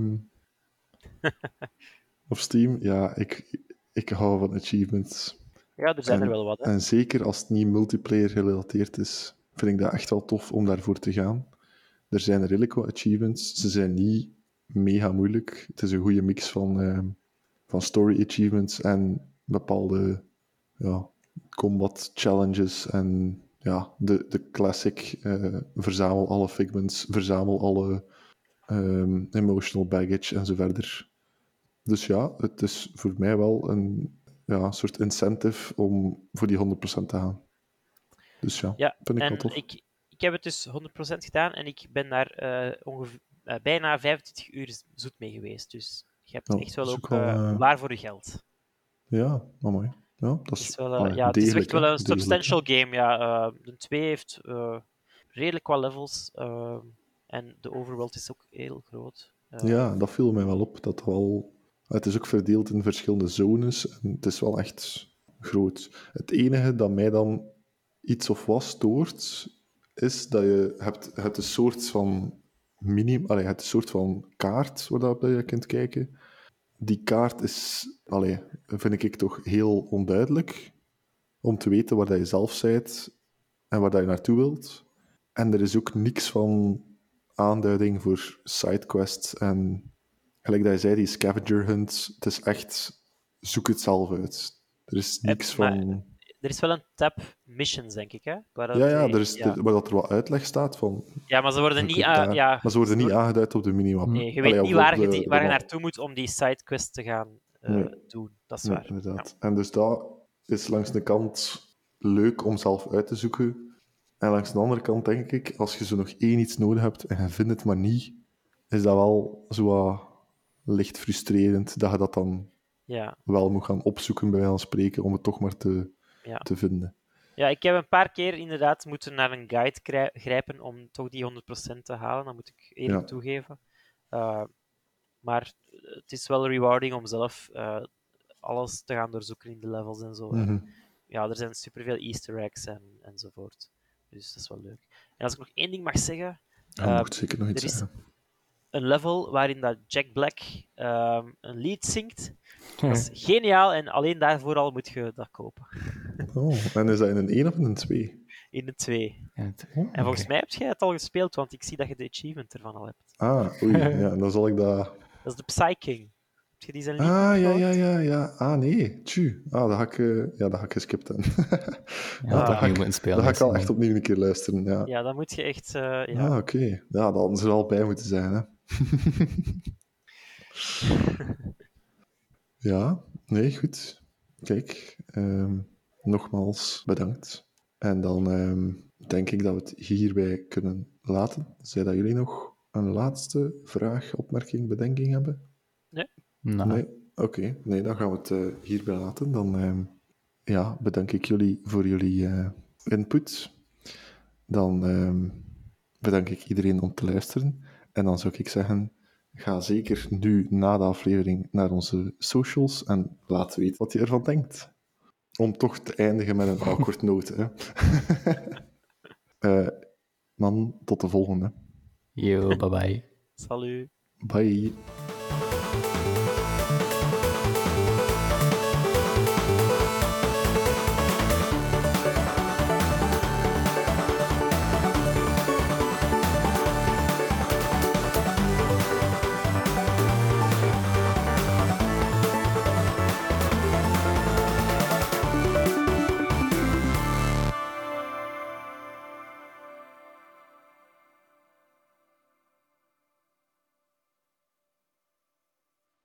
B: Steam. Ja, ik hou van achievements.
D: Ja, er zijn er wel wat. Hè?
B: En zeker als het niet multiplayer gerelateerd is, vind ik dat echt wel tof om daarvoor te gaan. Er zijn redelijk wat achievements. Ze zijn niet mega moeilijk. Het is een goede mix van story achievements en bepaalde combat challenges en ja, de classic, verzamel alle figments, verzamel alle emotional baggage en zo verder. Dus ja, het is voor mij wel een soort incentive om voor die 100% te gaan. Dus ja,
D: Ja,
B: vind ik wel
D: en
B: tof.
D: ik heb het dus 100% gedaan en ik ben daar bijna 25 uur zoet mee geweest. Dus je hebt
B: Ja,
D: echt wel
B: dat is
D: ook
B: ook wel,
D: waar voor je geld.
B: ja, mooi. Ja, dat
D: Het
B: is
D: is wel,
B: allee,
D: het is echt
B: degelijk,
D: wel
B: hè.
D: een
B: Degelijk,
D: substantial
B: hè.
D: game. Ja. De 2 heeft redelijk wat levels en de overworld is ook heel groot.
B: Ja, dat viel mij wel op. Dat wel... Het is ook verdeeld in verschillende zones en het is wel echt groot. Het enige dat mij dan iets of wat stoort, is dat je hebt een soort van je hebt een soort van kaart waarop je kunt kijken. Die kaart is, vind ik toch heel onduidelijk om te weten waar dat je zelf bent en waar dat je naartoe wilt. En er is ook niks van aanduiding voor sidequests en gelijk dat je zei, die scavenger hunt, het is echt zoek het zelf uit. Er is niks
D: Maar
B: van...
D: er is wel een tab missions, denk ik, hè? Waar
B: Ja,
D: dat
B: waar dat er wat uitleg staat van...
D: Ja, maar ze worden
B: je
D: niet...
B: kunt daar...
D: ja,
B: Maar ze worden niet aangeduid op de minimap.
D: Nee, je
B: Allee,
D: weet
B: of
D: niet
B: op
D: waar
B: de
D: je
B: map.
D: naartoe moet om die sidequest te gaan
B: Nee.
D: doen. Dat is
B: Nee,
D: waar.
B: inderdaad. En dus dat is langs de kant leuk om zelf uit te zoeken. En langs de andere kant denk ik, als je zo nog één iets nodig hebt en je vindt het maar niet, is dat wel zo wat licht frustrerend dat je dat dan
D: Ja,
B: wel moet gaan opzoeken, bij wijze van spreken, om het toch maar
D: ja.
B: te vinden.
D: Ja, ik heb een paar keer inderdaad moeten naar een guide grijpen om toch die 100% te halen. Dat moet ik eerlijk
B: Ja.
D: toegeven. Maar het is wel rewarding om zelf alles te gaan doorzoeken in de levels en zo. En, ja, er zijn superveel easter eggs enzovoort. Dus dat is wel leuk. En als ik nog één ding mag zeggen...
B: Je mocht zeker nog iets
D: er is
B: zeggen.
D: een level waarin dat Jack Black een lied zingt. Dat is geniaal en alleen daarvoor al moet je dat kopen.
B: Oh, en is dat in een 1 of in een 2?
D: In de 2.
C: Ja,
D: En volgens mij heb jij het al gespeeld, want ik zie dat je de achievement ervan al hebt.
B: Ah, oei, ja, dan zal ik dat...
D: Dat is de Psy-King. Heb je die zijn lied
B: Ah,
D: nog
B: ja,
D: gehoord?
B: ja. Ah, nee, tju. Ah, dat ga ik geskipt dan.
C: Ja,
B: dat
C: opnieuw moeten spelen.
B: Dat ga ik wel
C: is-
B: echt opnieuw een keer luisteren, ja.
D: Ja, dan moet je echt... ja.
B: Ah, oké. Ja, dat hadden ze er al bij moeten zijn, hè. Ja, nee, goed. Kijk, nogmaals bedankt. En dan denk ik dat we het hierbij kunnen laten. Zij dat jullie nog een laatste vraag, opmerking, bedenking hebben?
C: Nou,
B: Nee? Oké. Nee, dan gaan we het hierbij laten. Dan bedank ik jullie voor jullie input. Dan bedank ik iedereen om te luisteren. En dan zou ik zeggen, ga zeker nu na de aflevering naar onze socials en laat weten wat je ervan denkt. Om toch te eindigen met een awkward note. Hè. Man, tot de volgende.
C: yo, bye bye.
D: Salut.
B: Bye.